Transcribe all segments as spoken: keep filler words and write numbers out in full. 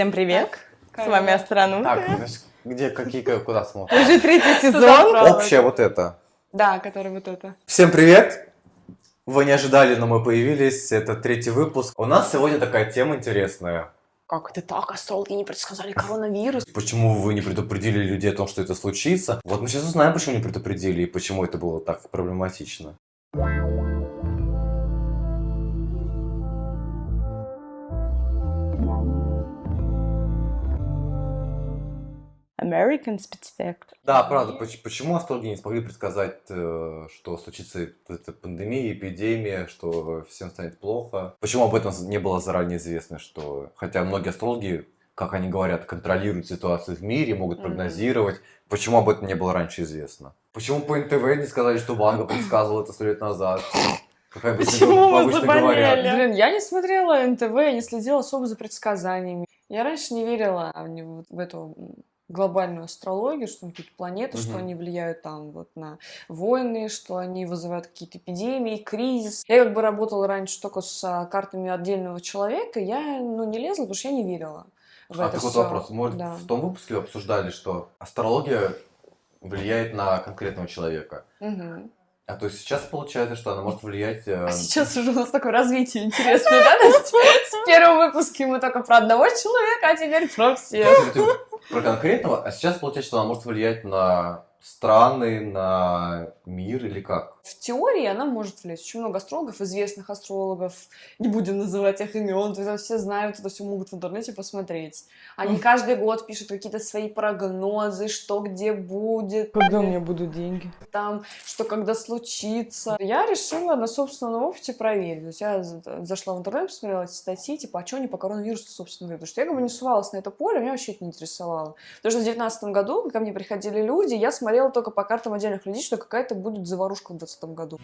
Всем привет! Так, с вами Астронавты. Так, значит, где, какие, куда смотрим? Уже третий сезон. Общее вот это. Да, который вот это. Всем привет! Вы не ожидали, но мы появились. Это третий выпуск. У нас сегодня такая тема интересная. Как это так? Астрологи не предсказали коронавирус. Почему вы не предупредили людей о том, что это случится? Вот мы сейчас узнаем, почему не предупредили и почему это было так проблематично. American Spецэффект. Да, правда, поч- почему астрологи не смогли предсказать, э, что случится эта пандемия, эпидемия, что всем станет плохо? Почему об этом не было заранее известно? Что, хотя многие астрологи, как они говорят, контролируют ситуацию в мире, могут прогнозировать. Mm-hmm. Почему об этом не было раньше известно? Почему по эн тэ вэ не сказали, что Ванга предсказывал это сто лет назад? Как обычно, Почему вы обычно заболели? говорят. Блин, я не смотрела эн тэ вэ, не следила особо за предсказаниями. Я раньше не верила в, в эту глобальную астрологию, что какие-то планеты, Мгм. что они влияют там вот на войны, что они вызывают какие-то эпидемии, кризис. Я как бы работала раньше только с а, картами отдельного человека, я ну, не лезла, потому что я не верила в А это так вот всё. вопрос. Мы Да. в том выпуске обсуждали, что астрология влияет на конкретного человека. Мгм. А то есть сейчас получается, что она может влиять... э, А сейчас уже у нас такое развитие интересное, да? То есть с первого выпуска мы только про одного человека, а теперь про всех. ты про конкретного, а сейчас получается, что она может влиять на страны, на мир или как? В теории она может влиять. Очень много астрологов, известных астрологов, не будем называть их имен, это все знают, это все могут в интернете посмотреть. Они каждый год пишут какие-то свои прогнозы, что где будет. Когда у меня будут деньги? Там, что когда случится. Я решила на собственном опыте проверить. То есть я зашла в интернет, посмотрела эти статьи, типа, а что они по коронавирусу, собственно, говорят. Потому что я как бы не сувалась на это поле, меня вообще это не интересовало. Потому что в две тысячи девятнадцатом году, ко мне приходили люди, я смотрела только по картам отдельных людей, что какая-то будет заварушка в двадцатом году.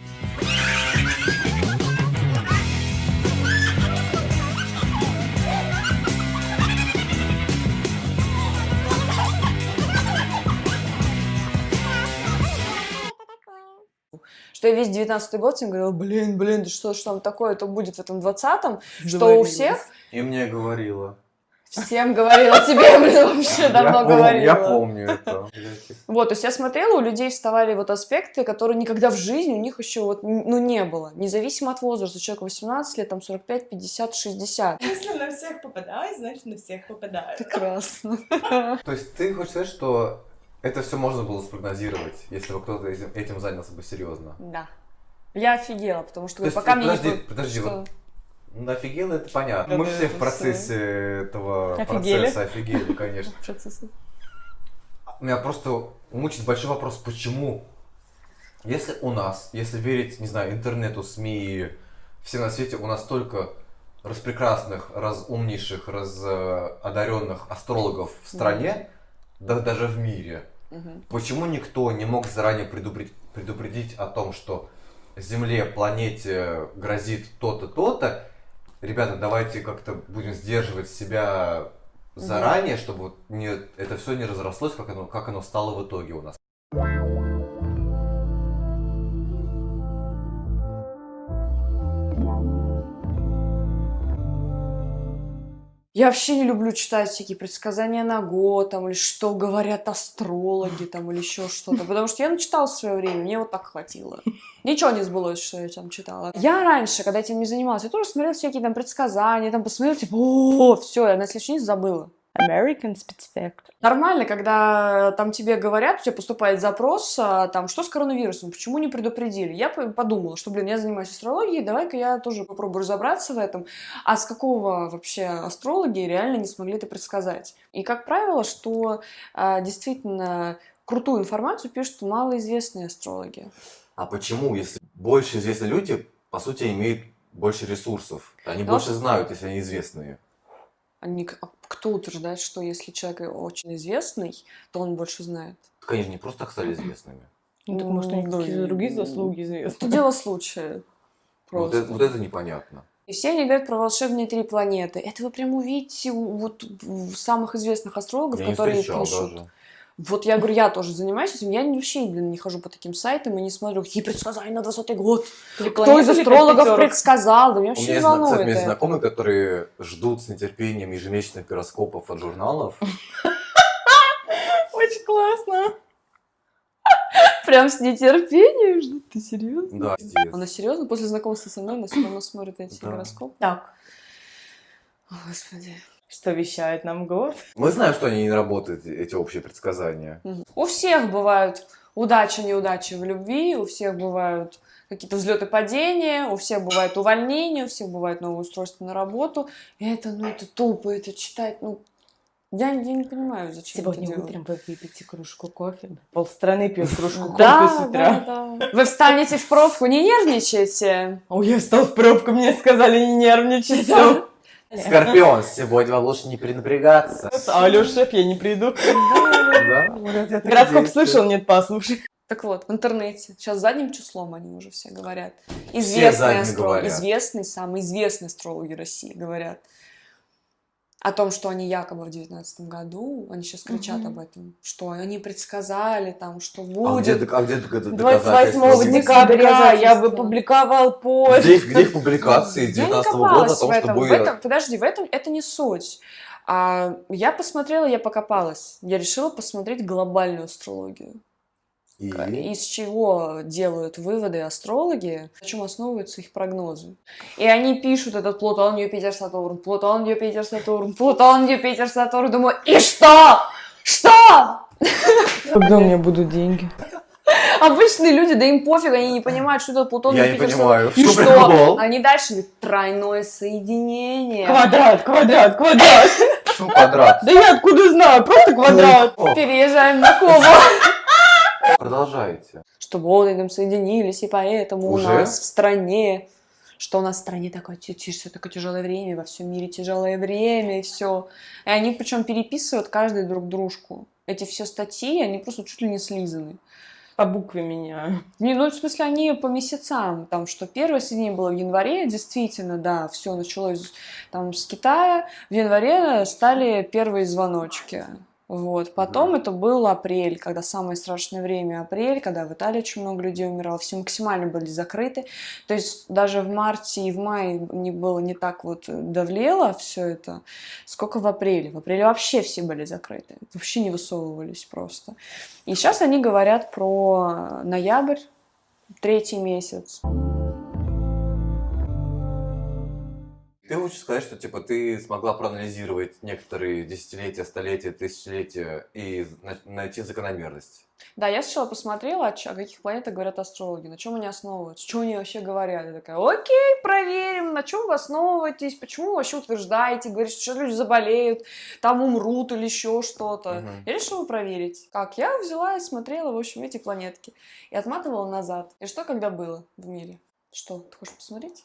Что я весь девятнадцатый год всем говорила, блин, блин, да что ж там такое-то будет в этом двадцатом, что у всех... И мне говорила. Всем говорила, тебе, блин, вообще давно я пом- говорила. Я помню это. Вот, то есть я смотрела, у людей вставали вот аспекты, которые никогда в жизни у них еще вот, ну, не было. Независимо от возраста. Человек восемнадцать лет, там сорок пять, пятьдесят, шестьдесят. Если на всех попадаю, значит на всех попадаю. Прекрасно. То есть ты хочешь сказать, что это все можно было спрогнозировать, если бы кто-то этим, этим занялся бы серьезно? Да. Я офигела, потому что То есть, пока мне подожди, не... подожди, Что? вот ну, офигела, это понятно. Да, Мы да, все это в процессе этого Офигели? процесса офигели, конечно. Процессы. Меня просто мучает большой вопрос, почему, если у нас, если верить, не знаю, интернету, СМИ, всем на свете, у нас столько распрекрасных, разумнейших, разодаренных астрологов в стране, да даже в мире, Мгм. почему никто не мог заранее предупредить, предупредить о том, что Земле, планете грозит то-то, то-то? Ребята, давайте как-то будем сдерживать себя заранее, чтобы вот не, это все не разрослось, как оно, как оно стало в итоге у нас. Я вообще не люблю читать всякие предсказания на год, там, или что говорят астрологи, там, или еще что-то, потому что я начитала в свое время, мне вот так хватило. Ничего не сбылось, что я там читала. Я раньше, когда этим не занималась, я тоже смотрела всякие там предсказания, там посмотрела, типа, о, все, я на следующий день забыла. American Спецэффект. Нормально, когда там тебе говорят, у тебя поступает запрос, а, там, что с коронавирусом, почему не предупредили? Я п- подумала, что, блин, я занимаюсь астрологией, давай-ка я тоже попробую разобраться в этом. А с какого вообще астрологи реально не смогли это предсказать? И, как правило, что а, действительно крутую информацию пишут малоизвестные астрологи. А почему, если больше известные люди, по сути, имеют больше ресурсов? Они Да. больше знают, если они известные. Они, а кто утверждает, что если человек очень известный, то он больше знает? Так они же не просто так стали известными. Ну, так может, у них Ну, какие-то другие заслуги Это известны. дело случая. Вот Просто. это, вот это непонятно. И все они говорят про волшебные три планеты. Это вы прям увидите у- вот в самых известных астрологов, Я не которые встречал пишут. даже. Вот я говорю, я тоже занимаюсь этим, я вообще блин, не хожу по таким сайтам и не смотрю, какие предсказания на двадцатый год, кто из астрологов предсказал, да меня вообще не волнует. У меня есть знакомые, которые ждут с нетерпением ежемесячных гороскопов от журналов. Очень классно. Прям с нетерпением ждут, ты серьезно? Да, она серьезно? После знакомства со мной она все равно смотрит эти гороскопы? Так. Господи. Что вещает нам год? Мы знаем, что они не работают, эти общие предсказания. У всех бывают удачи, неудачи в любви, у всех бывают какие-то взлеты, падения, у всех бывает увольнение, у всех бывает новое устройство на работу. И это, ну, это тупо, это читать, ну, я, я не понимаю, зачем Сегодня это утром вы выпьете кружку кофе. Полстраны пьет кружку кофе да, с утра. Да, да. Вы встанете в пробку, не нервничайте. Ой, я встал в пробку, мне сказали не нервничать. Да. Скорпион, сегодня вам лучше не перенапрягаться. Алло, шеф, я не приду. Да? Гороскоп слышал? Нет, послушай. Так вот, в интернете. Сейчас задним числом они уже все говорят. Все Известные задним астрологи, говорят. известные, самые известные астрологи России говорят о том, что они якобы в девятнадцатом году, они сейчас кричат об этом, что они предсказали там, что А будет. где, а где доказательства? двадцать восьмого декабря я опубликовал пост. Где, где их публикации с Я не девятнадцатого года о копалась том, в что этом. В будет... этом. Подожди, в этом это не суть. А, я посмотрела, я покопалась. Я решила посмотреть глобальную астрологию. И... Из чего делают выводы астрологи, на чем основываются их прогнозы. И они пишут этот Плутон, Юпитер, Сатурн, Плутон, Юпитер, Сатурн, Плутон, Юпитер, Сатурн. Думаю, и что? Что? Когда у меня будут деньги? Обычные люди, да им пофиг, они не понимают, что это Плутон, Я Юпитер, не понимаю, Сатурн. И что что? прикол? Они дальше говорят, тройное соединение. Квадрат, квадрат, квадрат. Почему квадрат? Да я откуда знаю, просто квадрат. О, Переезжаем на Кому. Продолжайте. Что вот они там соединились, и поэтому Уже? у нас в стране, что у нас в стране такое, все такое тяжелое время, во всем мире тяжелое время, и все. И они причем переписывают каждый друг дружку. Эти все статьи, они просто чуть ли не слизаны. По букве меня. Не, ну, в смысле, они по месяцам, там, что первое соединение было в январе, действительно, да, все началось там с Китая, в январе стали первые звоночки. Вот. Потом это был апрель, когда самое страшное время апрель, когда в Италии очень много людей умирало, все максимально были закрыты. То есть даже в марте и в мае не было не так вот давлело все это, сколько в апреле. В апреле вообще все были закрыты, вообще не высовывались просто. И сейчас они говорят про ноябрь, третий месяц. Ты хочешь сказать, что типа ты смогла проанализировать некоторые десятилетия, столетия, тысячелетия и на- найти закономерность? Да, я сначала посмотрела, о, чё- о каких планетах говорят астрологи, на чем они основываются, что они вообще говорят. Я такая, окей, проверим, на чем вы основываетесь, почему вы вообще утверждаете, говорите, что сейчас люди заболеют, там умрут или еще что-то. Мгм. Я решила проверить. Как? Я взяла и смотрела, в общем, эти планетки и отматывала назад. И что когда было в мире? Что, ты хочешь посмотреть?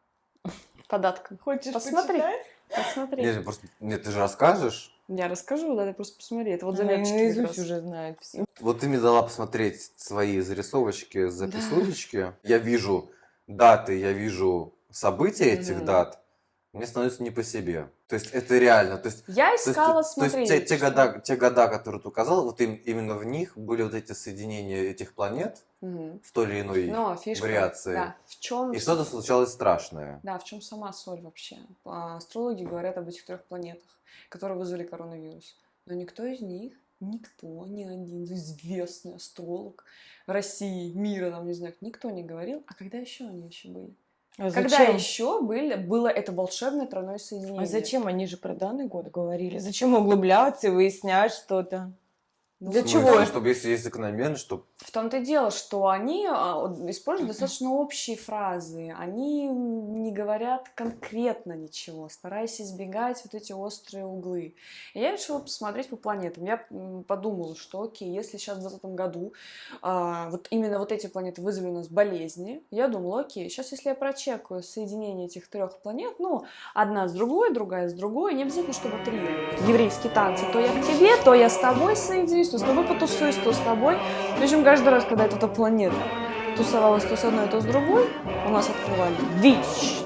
По даткам. Хочешь Посмотри. почитать? Посмотри. Нет, просто, нет, ты же расскажешь. Я расскажу, да, ты просто посмотри. Это вот Она заметочки как наизусть раз. уже знает все. Вот ты мне дала посмотреть свои зарисовочки, записулечки. Я вижу даты, я вижу события этих Мгм. дат. Мне становится не по себе. То есть это реально. То есть, Я то есть, искала то есть смотреть. те, те что- года, те года, которые ты указал, вот им- именно в них были вот эти соединения этих планет Мгм. в той или иной Но фишка, вариации. да, в чем, И что-то случалось страшное. да, в чем сама соль вообще? А, Астрологи говорят об этих трех планетах, которые вызвали коронавирус. Но никто из них, никто, ни один известный астролог России, мира, там, не знаю, никто не говорил. А когда еще они еще были? А Когда зачем? еще были, было это волшебное тройное соединение? А зачем? Они же про данный год говорили. Зачем углубляться и выяснять что-то? Ну, Для в Ну, чего? смысле, Чтобы если есть закономерность, что В том-то и дело, что они а, вот используют достаточно общие фразы, они не говорят конкретно ничего, стараясь избегать вот эти острые углы. И я решила посмотреть по планетам. Я м, подумала, что окей, если сейчас в двадцатом году а, вот именно вот эти планеты вызвали у нас болезни, я думала, окей, сейчас если я прочекаю соединение этих трех планет, ну, одна с другой, другая с другой, не обязательно, чтобы три еврейские танцы, то я к тебе, то я с тобой соединюсь, то с тобой потусуюсь, то с тобой. В общем, каждый раз, когда эта планета тусовалась то с одной, то с другой, у нас открывали ВИЧ,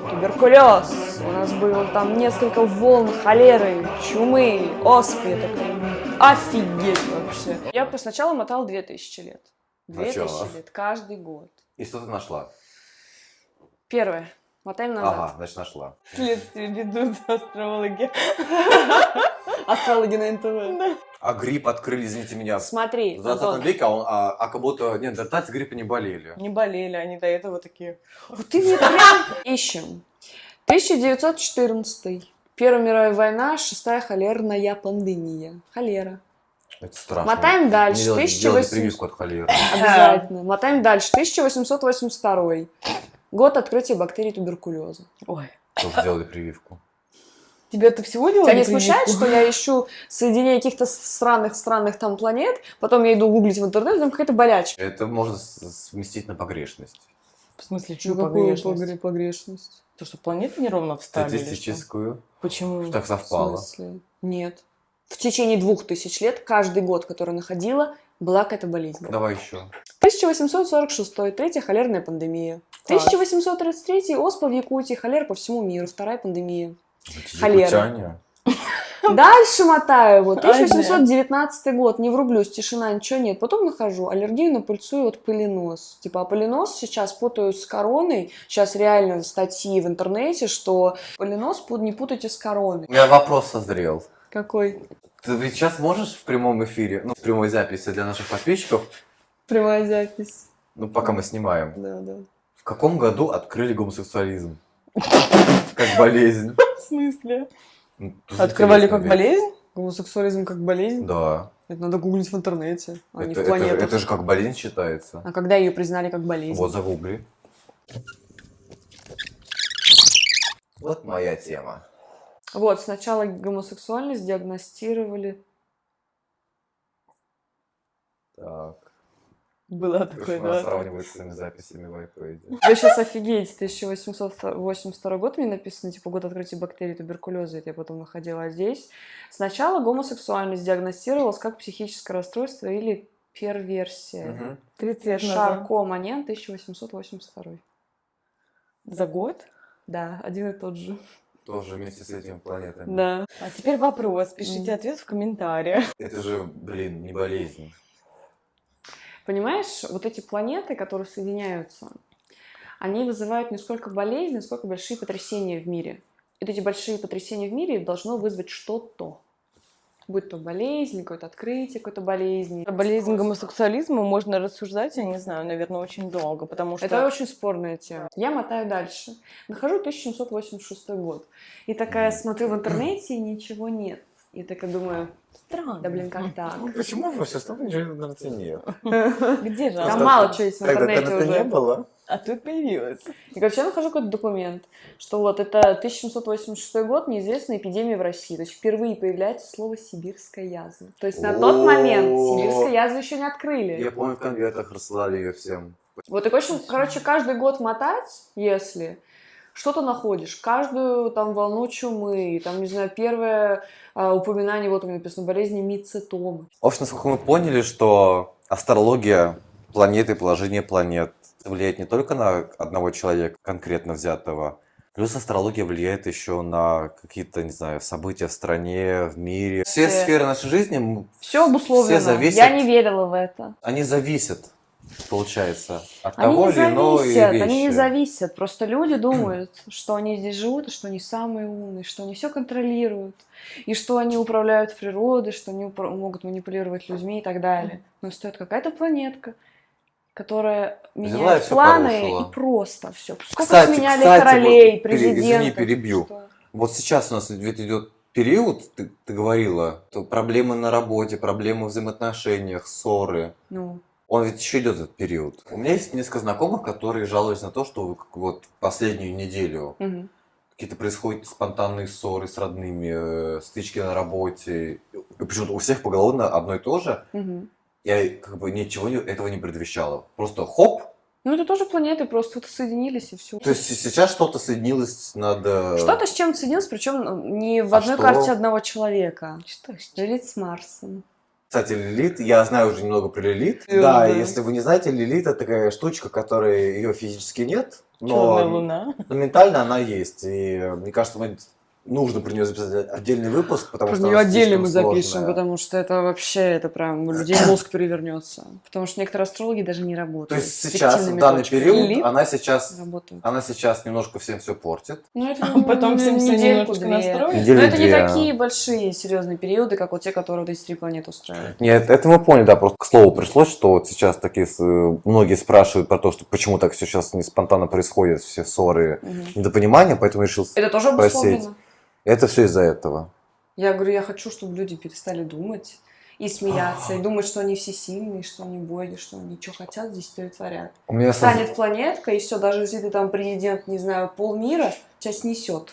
туберкулез, у нас было там несколько волн холеры, чумы, оспы. Я такая, Офигеть вообще. Я по- сначала мотала две тысячи лет. две Начало. тысячи лет каждый год. И что ты нашла? Первое. Мотаем назад. Ага, значит нашла. Следствие ведут астрологи. Астрологи на эн тэ вэ. А грипп открыли, извините меня, в Смотри, двадцатом Антон, веке, а, он, а, а как будто неандертальцы гриппа не болели. Не болели, они до этого такие. вот ты мне прям... Ищем. тысяча девятьсот четырнадцатый. Первая мировая война, шестая холерная пандемия. Холера. Это страшно. Мотаем дальше. Мне делали, тысяча делали восемьсот прививку от холеры. Обязательно. Мотаем дальше. тысяча восемьсот восемьдесят второй. Год открытия бактерий туберкулеза. Ой. Тоже сделали прививку. Тебя это всего делали? Тебя не смущает, прививку? что я ищу соединение каких-то странных-странных там планет, потом я иду гуглить в интернете, там какая-то болячка. Это можно с- сместить на погрешность. В смысле, чью Ну, какую погрешность? погре- погрешность? То, что планеты неровно встали или что? Статистическую. Почему? Так В совпало. смысле? Нет. В течение двух тысяч лет, каждый год, который находила, была какая-то болезнь. Давай еще. тысяча восемьсот сорок шестой. Третья холерная пандемия. Так. тысяча восемьсот тридцать третий. Оспа в Якутии. Холера по всему миру. Вторая пандемия. Холера. Якутяне. Дальше мотаю. Вот Ай, тысяча восемьсот девятнадцатый год. Не врублюсь, тишина, ничего нет. Потом нахожу аллергию на пыльцу и вот пыленос. Типа, а пыленос сейчас путают с короной. Сейчас реально статьи в интернете, что пыленос пут- не путайте с короной. У меня вопрос созрел. Какой? Ты ведь сейчас можешь в прямом эфире, ну, в прямой записи для наших подписчиков, Прямая запись. ну, пока мы снимаем, Да, да. в каком году открыли гомосексуализм? Как болезнь. В смысле? Ну, тоже Открывали интересно как ведь. болезнь? Гомосексуализм как болезнь? Да. Это надо гуглить в интернете, а не Это, в это, планетах. это же как болезнь считается. А когда ее признали как болезнь? Вот, загугли. Вот моя тема. Вот, сначала гомосексуальность диагностировали. Так. Было Уж такое, надо да. сравнивать с этими записями в iPad. Вы сейчас офигеете, тысяча восемьсот восемьдесят второй год мне написано, типа, год открытия бактерий туберкулеза, это я потом находила. А здесь сначала гомосексуальность диагностировалась как психическое расстройство или перверсия. Мгм. тридцать лет назад. Шарко Маньян, тысяча восемьсот восемьдесят второй. За год? Да, один и тот же. Тоже вместе с этими планетами. Да. А теперь вопрос. Пишите Мгм. ответ в комментариях. Это же, блин, не болезнь. Понимаешь, вот эти планеты, которые соединяются, они вызывают не сколько болезни, сколько большие потрясения в мире. И вот эти большие потрясения в мире должно вызвать что-то. Будь то болезнь, какое-то открытие какой-то болезни. Про болезнь гомосексуализма можно рассуждать, я не знаю, наверное, очень долго, потому что... Это очень спорная тема. Я мотаю дальше. Нахожу тысяча семьсот восемьдесят шестой год. И такая смотрю в интернете, и ничего нет. И такая думаю, странно. да блин, как так? Почему во все ничего в интернете нет? Где же Там она? мало чего есть в интернете уже. было. А тут появилась. И, короче, я нахожу какой-то документ, что вот это тысяча семьсот восемьдесят шестой год, неизвестная эпидемия в России. То есть впервые появляется слово «сибирская язва». То есть на тот момент сибирская язва еще не открыли. Я помню, в конвертах рассылали ее всем. Вот, и, в общем, короче, каждый год мотать, если что ты находишь, каждую там волну чумы, там, не знаю, первое а, упоминание, вот у меня написано, болезни мицетомы. В общем, насколько мы поняли, что астрология планеты, положение планет влияет не только на одного человека, конкретно взятого, плюс астрология влияет еще на какие-то, не знаю, события в стране, в мире. Все Все. сферы нашей жизни, м, Все обусловлено. Все зависят. Я не верила в это. они зависят, получается, от Они того не или иной зависят, вещи. они не зависят. Просто люди думают, что они здесь живут, и что они самые умные, что они все контролируют, и что они управляют природой, что они упра- могут манипулировать людьми и так далее. Но стоит какая-то планетка, которая Взяла и меняет всё планы, порушила. и просто все. Сколько Кстати, сменяли кстати, королей, вот пере- президентов. извини, перебью. что- Вот сейчас у нас ведь идет период, ты, ты говорила, то проблемы на работе, проблемы в взаимоотношениях, ссоры. Ну, Он ведь еще идет этот период. У меня есть несколько знакомых, которые жалуются на то, что как вот последнюю неделю мгм. какие-то происходят спонтанные ссоры с родными, э, стычки на работе. И почему-то у всех поголовно одно и то же. Мгм. Я как бы ничего не- этого не предвещало. Просто хоп. Ну, это тоже планеты, просто вот соединились и все. То есть сейчас что-то соединилось над... э, Что-то с чем-то соединилось, причем не в А одной что? карте одного человека. Что ж, Лилит с Марсом. Кстати, Лилит, я знаю уже немного про Лилит. Я Да, знаю. если вы не знаете, Лилит это такая штучка, которой ее физически нет, черная но, луна. но ментально она есть. И э, мне кажется, мы нужно про нее записать отдельный выпуск, потому Про что нее она отдельно мы слишком запишем, сложная. потому что это вообще, это прям у людей мозг перевернется. Потому что некоторые астрологи даже не работают. То есть с сейчас, в фиктивными данный точками. период, Филипп она сейчас, Работают. она сейчас немножко всем все портит. Ну, это А потом всем все немножечко недельку-две. настроит. Но Недели это не две. такие большие серьезные периоды, как вот те, которые вот эти три планеты устраивают. Нет, это мы поняли, да, просто к слову пришлось, что вот сейчас такие, с- многие спрашивают про то, что почему так все сейчас не спонтанно происходит, все ссоры, Мгм. недопонимания, поэтому решил Это тоже спросить. обусловлено. Это все из-за этого. Я говорю, я хочу, чтобы люди перестали думать и смеяться, и думать, что они все сильные, что они боги, что они что хотят, здесь то и творят. У меня соз- Станет планетка, и все, даже если ты там президент, не знаю, полмира, тебя снесет.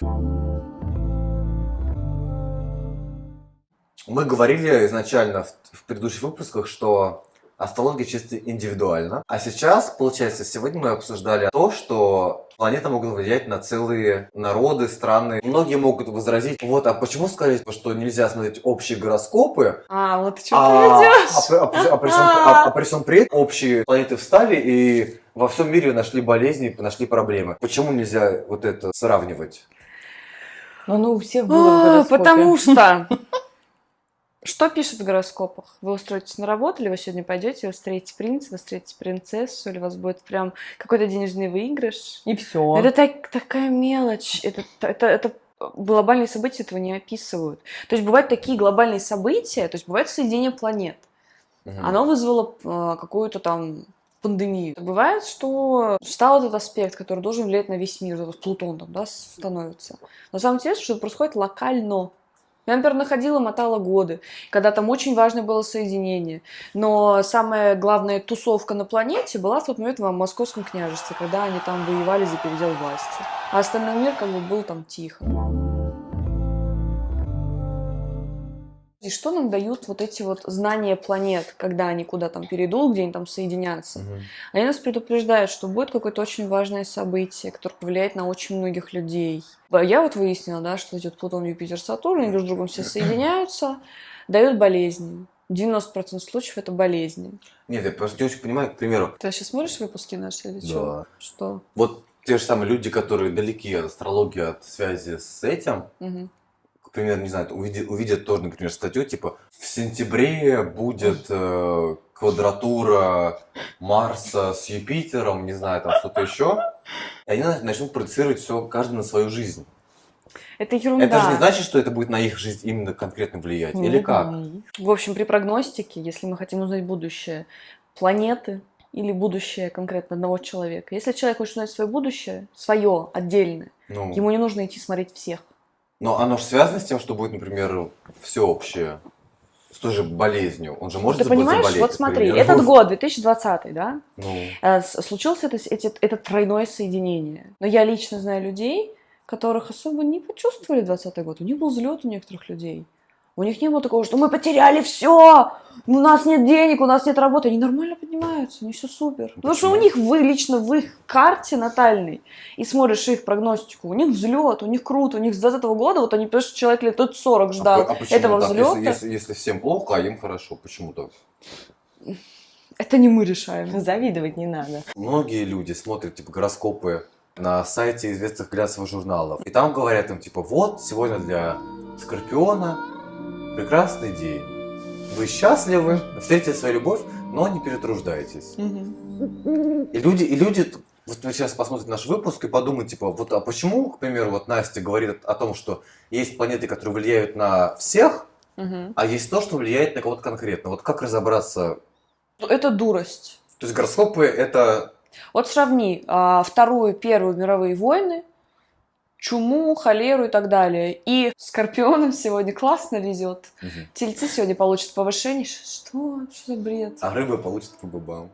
Мы говорили изначально в, в предыдущих выпусках, что астрология чисто индивидуальна. А сейчас, получается, сегодня мы обсуждали то, что планеты могут влиять на целые народы, страны. Многие могут возразить, вот, а почему сказать, что нельзя смотреть общие гороскопы, А, вот ты что а, приведешь? а, при- а при- а при всем- а- а при всем при этом общие планеты встали и во всем мире нашли болезни, нашли проблемы. Почему нельзя вот это сравнивать? Ну, ну, у всех было в А, гороскопе. Потому что... Что пишет в гороскопах? Вы устроитесь на работу, или вы сегодня пойдете, вы встретите принца, вы встретите принцессу, или у вас будет прям какой-то денежный выигрыш? И все. Это так- такая мелочь. Это, это, это глобальные события этого не описывают. То есть бывают такие глобальные события, то есть бывает соединение планет. Мгм. Оно вызвало э, какую-то там пандемию. Бывает, что встал этот аспект, который должен влиять на весь мир, вот Плутон там, да, становится. Но самое интересное, что это происходит локально. Я, например, находила, мотала годы, когда там очень важное было соединение. Но самая главная тусовка на планете была в тот момент в Московском княжестве, когда они там воевали за передел власти. А остальной мир как бы был там тихо. И что нам дают вот эти вот знания планет, когда они куда там перейдут, где они там соединятся? Мгм. Они нас предупреждают, что будет какое-то очень важное событие, которое повлияет на очень многих людей. Я вот выяснила, да, что идет Плутон, Юпитер, Сатурн, они друг с другом все соединяются, дают болезни. девяносто процентов случаев это болезни. Нет, я просто не очень понимаю, к примеру, Ты сейчас смотришь выпуски наши или что? да. Что? Вот те же самые люди, которые далеки от астрологии, от связи с этим, Мгм. к примеру, не знаю, увидят, увидят тоже, например, статью, типа, в сентябре будет э, квадратура Марса с Юпитером, не знаю, там что-то еще, и они на- начнут проецировать все, каждый на свою жизнь. Это ерунда. Это же не значит, что это будет на их жизнь именно конкретно влиять, или Нет, как? ну, В общем, при прогностике, если мы хотим узнать будущее планеты или будущее конкретно одного человека, если человек хочет узнать свое будущее, свое, отдельное, Ну, ему не нужно идти смотреть всех. но оно же связано с тем, что будет, например, всеобщее, с той же болезнью. Он же может Ты забо- понимаешь, заболеть, вот к смотри, примеру. этот год, две тысячи двадцатый, да, Ну, э, с- случилось это, эти- это тройное соединение. Но я лично знаю людей, которых особо не почувствовали двадцатый год. У них был взлет у некоторых людей. У них не было такого, что мы потеряли все, у нас нет денег, у нас нет работы. Они нормально поднимаются, у них все супер. Потому что у Почему? них, вы лично в их карте натальной, и смотришь их прогностику, у них взлет, у них круто, у них с двадцатого года, вот они, потому что человек лет тут сорок ждал а, по- а почему этого так? взлета. Если, если, если всем плохо, а им хорошо, почему так? Это не мы решаем. завидовать не надо. Многие люди смотрят типа гороскопы на сайте известных глянцевых журналов. И там говорят им типа, вот, сегодня для Скорпиона прекрасный день. Вы счастливы, встретите свою любовь, но не перетруждайтесь. И люди, и люди, вот вы сейчас посмотрите наш выпуск и подумают, типа, вот а почему, к примеру, вот Настя говорит о том, что есть планеты, которые влияют на всех, Мгм. а есть то, что влияет на кого-то конкретно. Вот как разобраться? Это дурость. То есть гороскопы это... Вот сравни а, Вторую, Первую мировые войны, чуму, холеру и так далее. И Скорпионам сегодня классно везет. Мгм. Тельцы сегодня получат повышение. Ш- Что? Что за бред? А рыбы получат по бабам.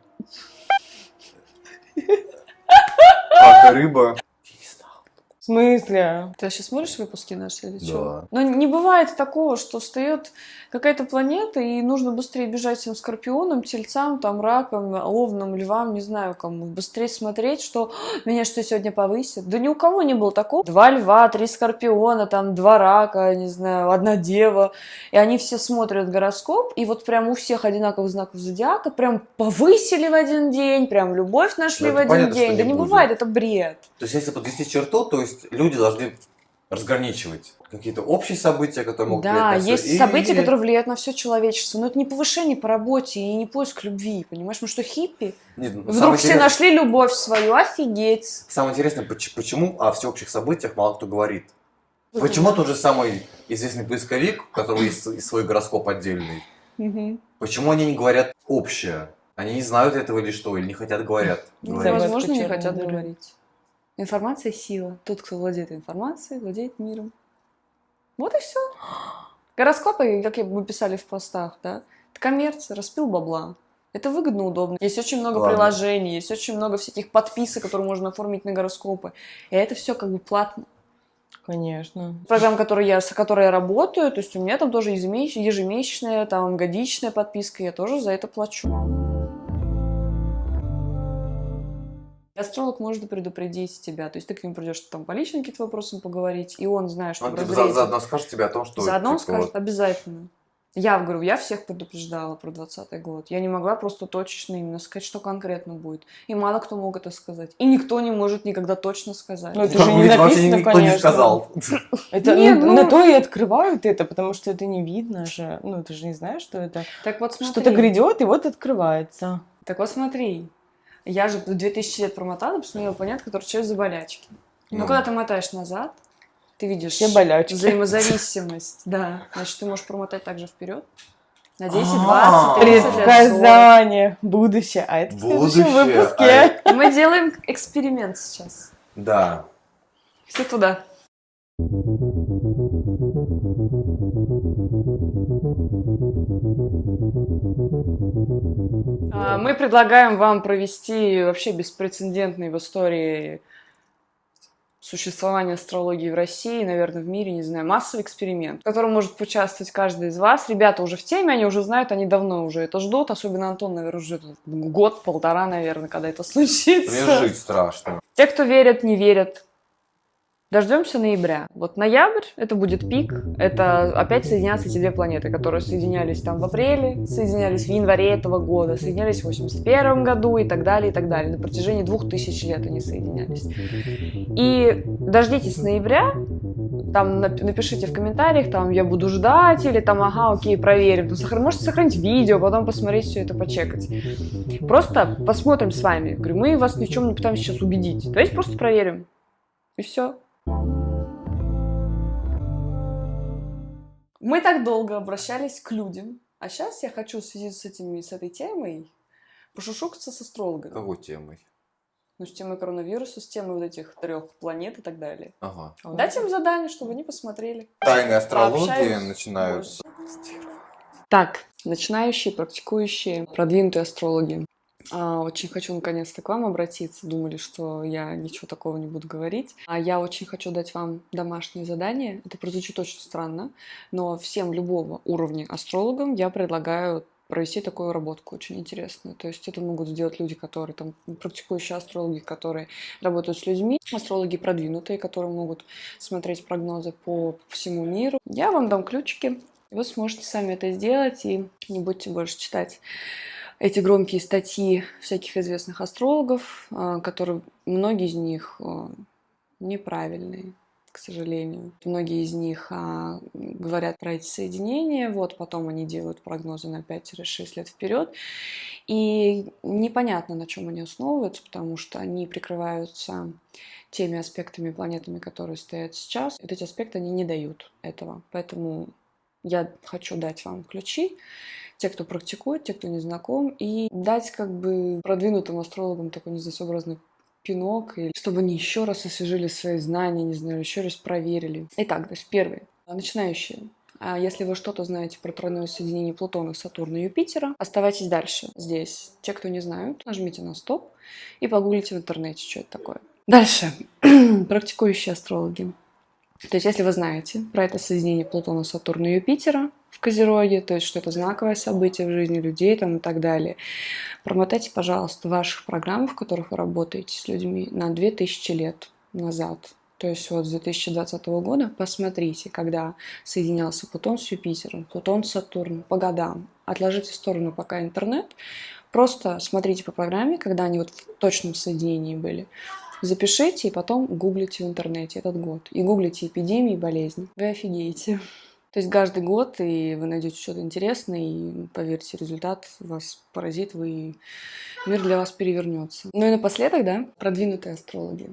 А рыба... В смысле? Ты сейчас смотришь выпуски наши или Да. что? Но не бывает такого, что встает какая-то планета, и нужно быстрее бежать всем скорпионам, тельцам, там, ракам, овнам, львам, не знаю кому. Быстрее смотреть, что «А, меня что сегодня повысит. Да ни у кого не было такого. Два льва, три скорпиона, там, два рака, не знаю, одна дева. И они все смотрят гороскоп, и вот прям у всех одинаковых знаков зодиака прям повысили в один день, прям любовь нашли Ну, в это один понятно, что день. Да не не будет. бывает, это бред. То есть если подвести черту, то есть люди должны разграничивать. какие-то общие события, которые могут Да, влиять на всё, есть события, или- которые влияют на все человечество. Но это не повышение по работе и не поиск любви, понимаешь? Мы что, хиппи? Нет, ну, Вдруг самое все интерес- нашли любовь свою, офигеть. Самое интересное, поч- почему о всеобщих событиях мало кто говорит. Вот Почему да. тот же самый известный поисковик, у которого есть с- свой гороскоп отдельный, Мгм. почему они не говорят общее? Они не знают этого или что, или не хотят говорят. Ну, говорить. Загадка возможно, не черной хотят дыры. говорить. Информация – сила. Тот, кто владеет информацией, владеет миром. Вот и все. Гороскопы, как мы писали в постах, да, это коммерция, распил бабла. Это выгодно, удобно. Есть очень много Ладно. приложений, есть очень много всяких подписок, которые можно оформить на гороскопы. И это все как бы платно. Конечно. Программа, которой я, с которой я работаю, то есть у меня там тоже ежемесяч- ежемесячная, там годичная подписка, я тоже за это плачу. Астролог может предупредить тебя, то есть ты к нему придешь там по личным каким-то вопросам поговорить, и он знает, что Он в типа, разрезе- за- заодно скажет тебе о том, что... Заодно он типа, скажет вот, обязательно. Я говорю, я всех предупреждала про двадцатый год. Я не могла просто точечно именно сказать, что конкретно будет. И мало кто мог это сказать. И никто не может никогда точно сказать. Ну, это как же бы не ведь вообще написано, никто конечно. не сказал. Это Не, ну, ну- на то и открывают это, потому что это не видно же. Ну, ты же не знаешь, что это. Так вот смотри. Что-то грядет, и вот открывается. Так вот смотри. Я же две тысячи лет промотала, посмотрела планет, которые через за болячки. Ну, Ну. когда ты мотаешь назад, ты видишь Все болячки. взаимозависимость. Да. Значит, ты можешь промотать также вперед. На десять, А, двадцать, тридцать лет, сорок. Предсказание. Будущее. А это в следующем Будущее. выпуске. А, Мы делаем эксперимент сейчас. Да. Все туда. А, Мы предлагаем вам провести вообще беспрецедентный в истории существования астрологии в России, наверное, в мире, не знаю, массовый эксперимент, в котором может поучаствовать каждый из вас. Ребята уже в теме, они уже знают, они давно уже это ждут, особенно Антон, наверное, ждет год-полтора, наверное, когда это случится. Мне жить страшно. Те, кто верят, не верят, дождемся ноября. Вот ноябрь, это будет пик, это опять соединятся эти две планеты, которые соединялись там в апреле, соединялись в январе этого года, соединялись в восемьдесят первом году и так далее, и так далее. На протяжении двух тысяч лет они соединялись. И дождитесь ноября, там нап- напишите в комментариях, там я буду ждать, или там ага, окей, проверим. Там, сохран- можете сохранить видео, потом посмотреть все это, почекать. Просто посмотрим с вами. Говорю, мы вас ни в чем не пытаемся сейчас убедить. Давайте просто проверим. И все. Мы так долго обращались к людям, а сейчас я хочу в связи с, этими, с этой темой пошушукаться с астрологами. Какой темой? Ну, с темой коронавируса, с темой вот этих трех планет и так далее. Ага. Дать им задание, чтобы они посмотрели. Тайные астрологии Пообщаюсь. начинаются. Так, начинающие, практикующие, продвинутые астрологи. А, очень хочу наконец-то к вам обратиться. Думали, что я ничего такого не буду говорить. А я очень хочу дать вам домашнее задание. Это прозвучит очень странно, но всем любого уровня астрологам я предлагаю провести такую работку очень интересную. То есть это могут сделать люди, которые там практикующие астрологи, которые работают с людьми, астрологи продвинутые, которые могут смотреть прогнозы по всему миру. Я вам дам ключики, и вы сможете сами это сделать, и не будете больше читать эти громкие статьи всяких известных астрологов, а, которые, многие из них а, неправильные, к сожалению. Многие из них а, говорят про эти соединения, вот потом они делают прогнозы на пять-шесть лет вперед. И непонятно, на чем они основываются, потому что они прикрываются теми аспектами, планетами, которые стоят сейчас. Вот эти аспекты они не дают этого. Поэтому я хочу дать вам ключи, те, кто практикует, те, кто не знаком, и дать как бы продвинутым астрологам такой, не знаю, своеобразный пинок, или чтобы они еще раз освежили свои знания, не знаю, еще раз проверили. Итак, то есть первый, начинающие. А Если вы что-то знаете про тройное соединение Плутона, Сатурна и Юпитера, оставайтесь дальше. Здесь те, кто не знают, нажмите на стоп и погуглите в интернете, что это такое. Дальше. Практикующие астрологи. То есть, если вы знаете про это соединение Плутона, Сатурна и Юпитера в Козероге, то есть, что это знаковое событие в жизни людей там, и так далее, промотайте, пожалуйста, ваших программ, в которых вы работаете с людьми, на две тысячи лет назад. То есть, вот с две тысячи двадцатого года посмотрите, когда соединялся Плутон с Юпитером, Плутон с Сатурном, по годам. Отложите в сторону пока интернет, просто смотрите по программе, когда они вот в точном соединении были. Запишите и потом гуглите в интернете этот год. И гуглите эпидемии и болезни. Вы офигеете. То есть каждый год, и вы найдете что-то интересное, и, поверьте, результат вас поразит, вы, и мир для вас перевернется. Ну и напоследок, да, продвинутые астрологи,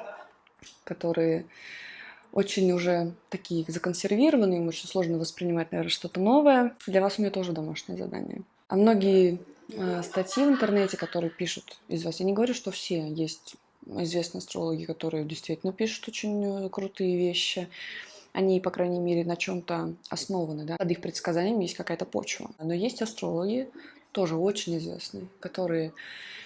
которые очень уже такие законсервированные, им очень сложно воспринимать, наверное, что-то новое. Для вас у меня тоже домашнее задание. А многие э, статьи в интернете, которые пишут из вас, я не говорю, что все, есть известные астрологи, которые действительно пишут очень крутые вещи. Они, по крайней мере, на чем-то основаны, да? Под их предсказаниями есть какая-то почва. Но есть астрологи, тоже очень известные, которые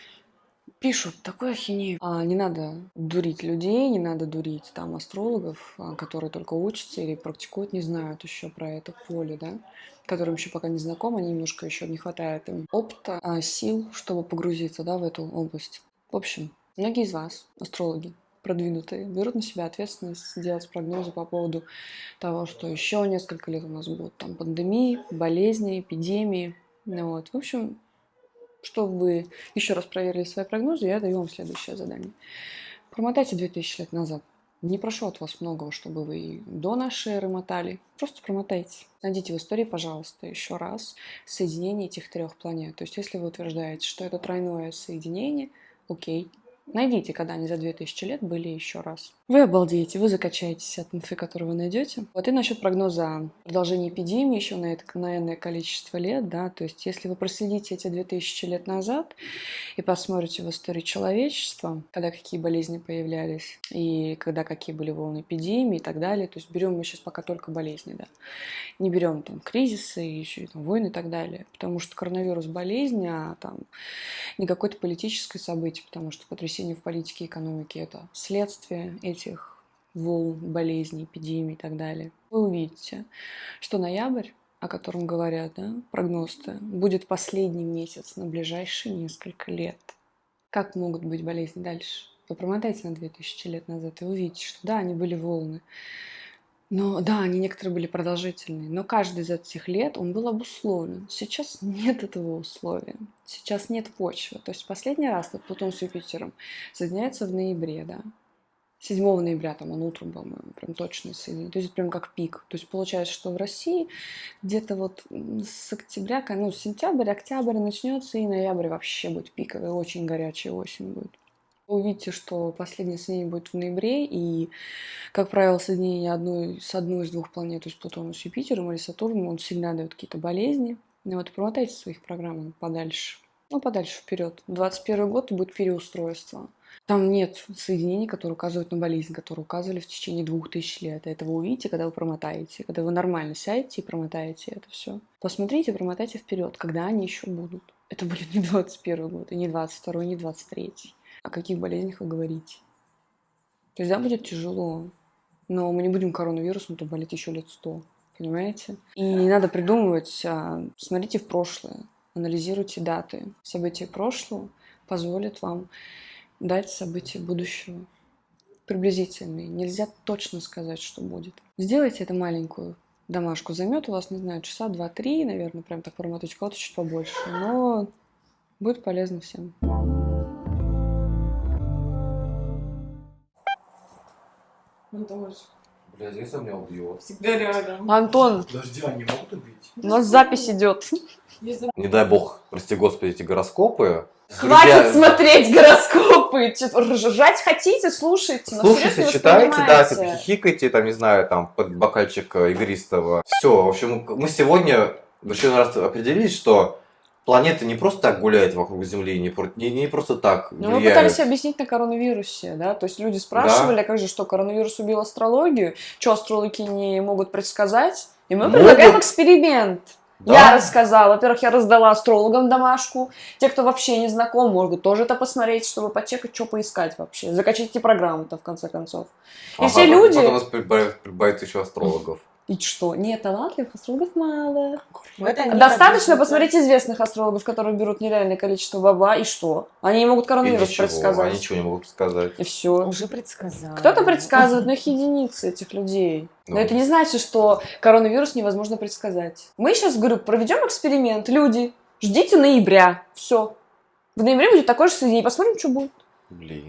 пишут такую ахинею. А не надо дурить людей, не надо дурить там астрологов, которые только учатся или практикуют, не знают еще про это поле, да, которым еще пока не знаком, они немножко еще не хватает им опыта, а, сил, чтобы погрузиться, да, в эту область. В общем, многие из вас, астрологи, продвинутые, берут на себя ответственность делать прогнозы по поводу того, что еще несколько лет у нас будут там пандемии, болезни, эпидемии. Ну, вот. В общем, чтобы вы еще раз проверили свои прогнозы, я даю вам следующее задание. Промотайте две тысячи лет назад. Не прошу от вас многого, чтобы вы до нашей эры мотали. Просто промотайте. Найдите в истории, пожалуйста, еще раз соединение этих трех планет. То есть, если вы утверждаете, что это тройное соединение, окей. Найдите, когда они за две тысячи лет были еще раз. Вы обалдеете, вы закачаетесь от инфы, которую вы найдете. Вот и насчет прогноза продолжения эпидемии еще на, это, на энное количество лет, да, то есть если вы проследите эти две тысячи лет назад и посмотрите в историю человечества, когда какие болезни появлялись и когда какие были волны эпидемии и так далее, то есть берем мы сейчас пока только болезни, да, не берем там кризисы, еще там войны и так далее, потому что коронавирус болезнь, а там не какое-то политическое событие, потому что потрясение в политике и экономике – это следствие этих волн, болезней, эпидемий и так далее. Вы увидите, что ноябрь, о котором говорят, да, прогнозы, будет последний месяц на ближайшие несколько лет. Как могут быть болезни дальше? Вы промотайте на две тысячи лет назад и увидите, что да, они были волны. Но да, они некоторые были продолжительные, но каждый из этих лет он был обусловлен. Сейчас нет этого условия, сейчас нет почвы. То есть последний раз этот Плутон с Юпитером соединяется в ноябре, да. седьмого ноября, там он утром, по-моему, прям точно соединен. То есть прям как пик. То есть получается, что в России где-то вот с октября, ну, сентябрь, октябрь начнется, и ноябрь вообще будет пиковый, очень горячая осень будет. Вы увидите, что последнее соединение будет в ноябре, и, как правило, соединение одной, с одной из двух планет, то есть Плутона с Юпитером или Сатурном, он всегда дает какие-то болезни. И вот промотайте своих программ подальше. Ну, подальше вперед. двадцать первый год будет переустройство. Там нет соединений, которые указывают на болезнь, которые указывали в течение двух тысяч лет. Это вы увидите, когда вы промотаете, когда вы нормально сядете и промотаете это все. Посмотрите, промотайте вперед, когда они еще будут. Это будет не двадцать первый год, и не двадцать второй, и не двадцать третий. О каких болезнях вы говорите? То есть, да, будет тяжело, но мы не будем коронавирусом, то болеть еще лет сто, понимаете? И не надо придумывать, а смотрите в прошлое, анализируйте даты. События прошлого позволят вам дать события будущего. Приблизительные. Нельзя точно сказать, что будет. Сделайте это маленькую домашку. Займет у вас, не знаю, часа два-три, наверное, прям так промотать, у кого-то чуть побольше. Но будет полезно всем. Антон, Бля, здесь он меня убьет. всегда рядом. Антон, Подожди, они могут убить? у нас запись идет. Не дай бог, прости господи, эти гороскопы. Хватит Друзья, смотреть гороскопы. Чё, ржать хотите, слушайте. Но слушайте, серьезно читайте, да, воспринимайте. хихикайте, там, не знаю, там, под бокальчик э, игристого. Все, в общем, мы сегодня в очередной раз определились, что планета не просто так гуляет вокруг Земли, не, про- не, не просто так Ну, мы влияет. пытались объяснить на коронавирусе, да, то есть люди спрашивали, а как же, что коронавирус убил астрологию, что астрологи не могут предсказать, и мы Могут. предлагаем эксперимент. Да. Я рассказала, во-первых, я раздала астрологам домашку, те, кто вообще не знаком, могут тоже это посмотреть, чтобы почекать, что поискать вообще, закачать эти программы-то, в конце концов. И Ага, все люди... Потом у нас прибавится, прибавится еще астрологов. И что? Нет, талантливых астрологов мало. Вот они Достаточно продвинутые. посмотреть известных астрологов, которые берут нереальное количество баба, и что? Они не могут И коронавирус ничего, предсказать. они ничего не могут сказать. И все. Уже предсказала. Кто-то предсказывает, но их единицы, этих людей. Но Ну. это не значит, что коронавирус невозможно предсказать. Мы сейчас, говорю, проведем эксперимент. Люди, ждите ноября. Все. В ноябре будет такое же соединение. Посмотрим, что будет. Блин.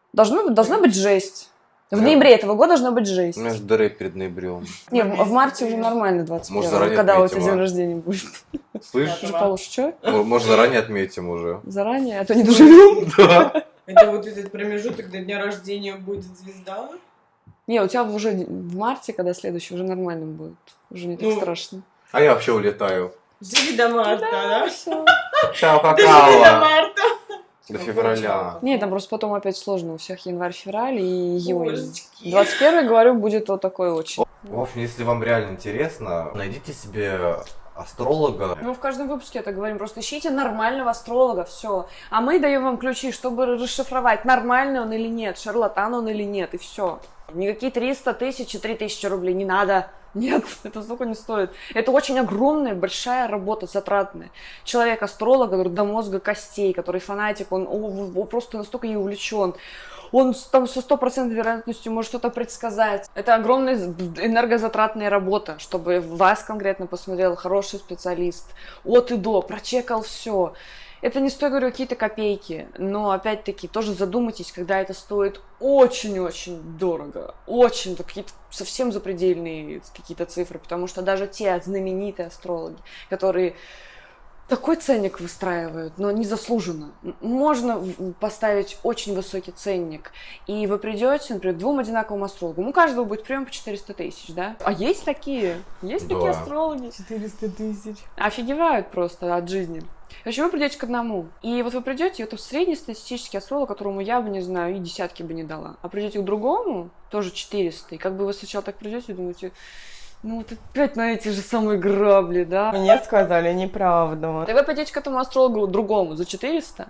Должно, должна быть жесть. В Да. ноябре этого года должна быть жесть. У меня же дыры перед ноябрем. Не, в, в марте уже нормально двадцать Может, первого, заранее когда у отметим, тебя день а? рождения будет. Слышь? Уже получше, что? М- Может, заранее отметим уже. Заранее, а то не доживем. Да. Это вот этот промежуток до дня рождения будет звезда? Не, у тебя уже в марте, когда следующий, уже нормально будет. Уже не так Ну, страшно. А я вообще улетаю. Живи до марта, да? Всё. Чао, Доживи до какао. марта. До февраля. Не, там просто потом опять сложно. У всех январь-февраль и июнь. Божечки. двадцать первый, говорю, будет вот такой очень. В общем, если вам реально интересно, найдите себе астролога. Мы в каждом выпуске это говорим. Просто ищите нормального астролога, все. А мы даем вам ключи, чтобы расшифровать, нормальный он или нет, шарлатан он или нет, и все. Никакие триста тысяч и три тысячи рублей не надо. Нет, это столько не стоит. Это очень огромная, большая работа, затратная. Человек-астролог, который до мозга костей, который фанатик, он, он, он просто настолько ей увлечен. Он там со стопроцентной вероятностью может что-то предсказать. Это огромная энергозатратная работа, чтобы вас конкретно посмотрел хороший специалист. От и до, прочекал все. Это не стоит, говорю, какие-то копейки, но опять-таки тоже задумайтесь, когда это стоит очень-очень дорого, очень, какие-то совсем запредельные какие-то цифры, потому что даже те знаменитые астрологи, которые такой ценник выстраивают, но незаслуженно. Можно поставить очень высокий ценник, и вы придете, например, к двум одинаковым астрологам, у каждого будет прием по четыреста тысяч, да? А есть такие, есть Да. такие астрологи. четыреста тысяч. Офигевают просто от жизни. Короче, вы придете к одному. И вот вы придете, и вот среднестатистический астролог, которому я бы, не знаю, и десятки бы не дала. А придете к другому, тоже четыреста. И как бы вы сначала так придете и думаете, ну вот опять на эти же самые грабли, да? Мне сказали неправду. И вы пойдете к этому астрологу другому за четыреста,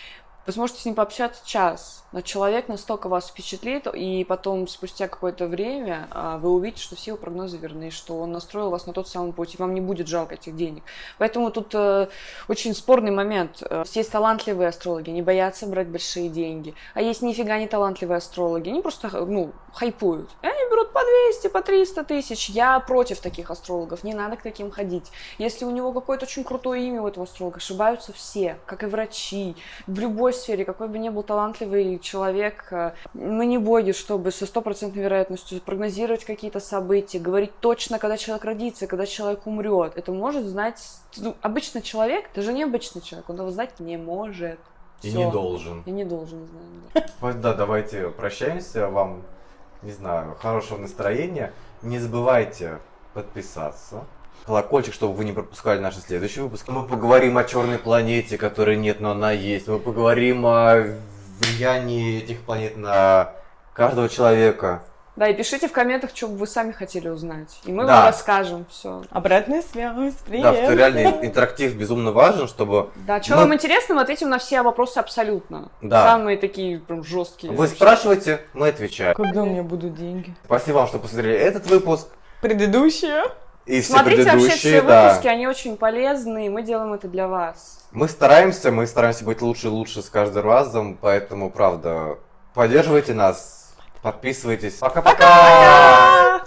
вы сможете с ним пообщаться час. Но человек настолько вас впечатлит, и потом, спустя какое-то время, а, вы увидите, что все его прогнозы верны, что он настроил вас на тот самый путь, и вам не будет жалко этих денег. Поэтому тут э, очень спорный момент. Э, Есть талантливые астрологи, не боятся брать большие деньги. А есть нифига не талантливые астрологи, они просто, ну, хайпуют. И они берут по двести, по триста тысяч. Я против таких астрологов, не надо к таким ходить. Если у него какое-то очень крутое имя у этого астролога, ошибаются все, как и врачи, в любой сфере, какой бы ни был талантливый человек, э, мы не боги, чтобы со стопроцентной вероятностью прогнозировать какие-то события, говорить точно, когда человек родится, когда человек умрет. Это может знать, ну, обычный человек, даже не обычный человек, он его знать не может. И Всё. не должен. И не должен знать, да. Вот, да, давайте прощаемся. Вам, не знаю, хорошего настроения. Не забывайте подписаться. Колокольчик, чтобы вы не пропускали наши следующие выпуски. Мы поговорим о черной планете, которой нет, но она есть. Мы поговорим о влиянии этих планет на каждого человека. Да, и пишите в комментах, что бы вы сами хотели узнать. И мы Да. вам расскажем все. Обратная связь, привет. Да, что реально интерактив безумно важен, чтобы Да, что Мы- вам интересно, мы ответим на все вопросы абсолютно. Да. Самые такие прям жесткие. вы спрашиваете, мы отвечаем. Когда у меня будут деньги? Спасибо вам, что посмотрели этот выпуск Предыдущие? и все Смотрите вообще предыдущие. все Да. выпуски, они очень полезны, и мы делаем это для вас. Мы стараемся, мы стараемся быть лучше и лучше с каждым разом, поэтому, правда, поддерживайте нас, подписывайтесь. Пока-пока!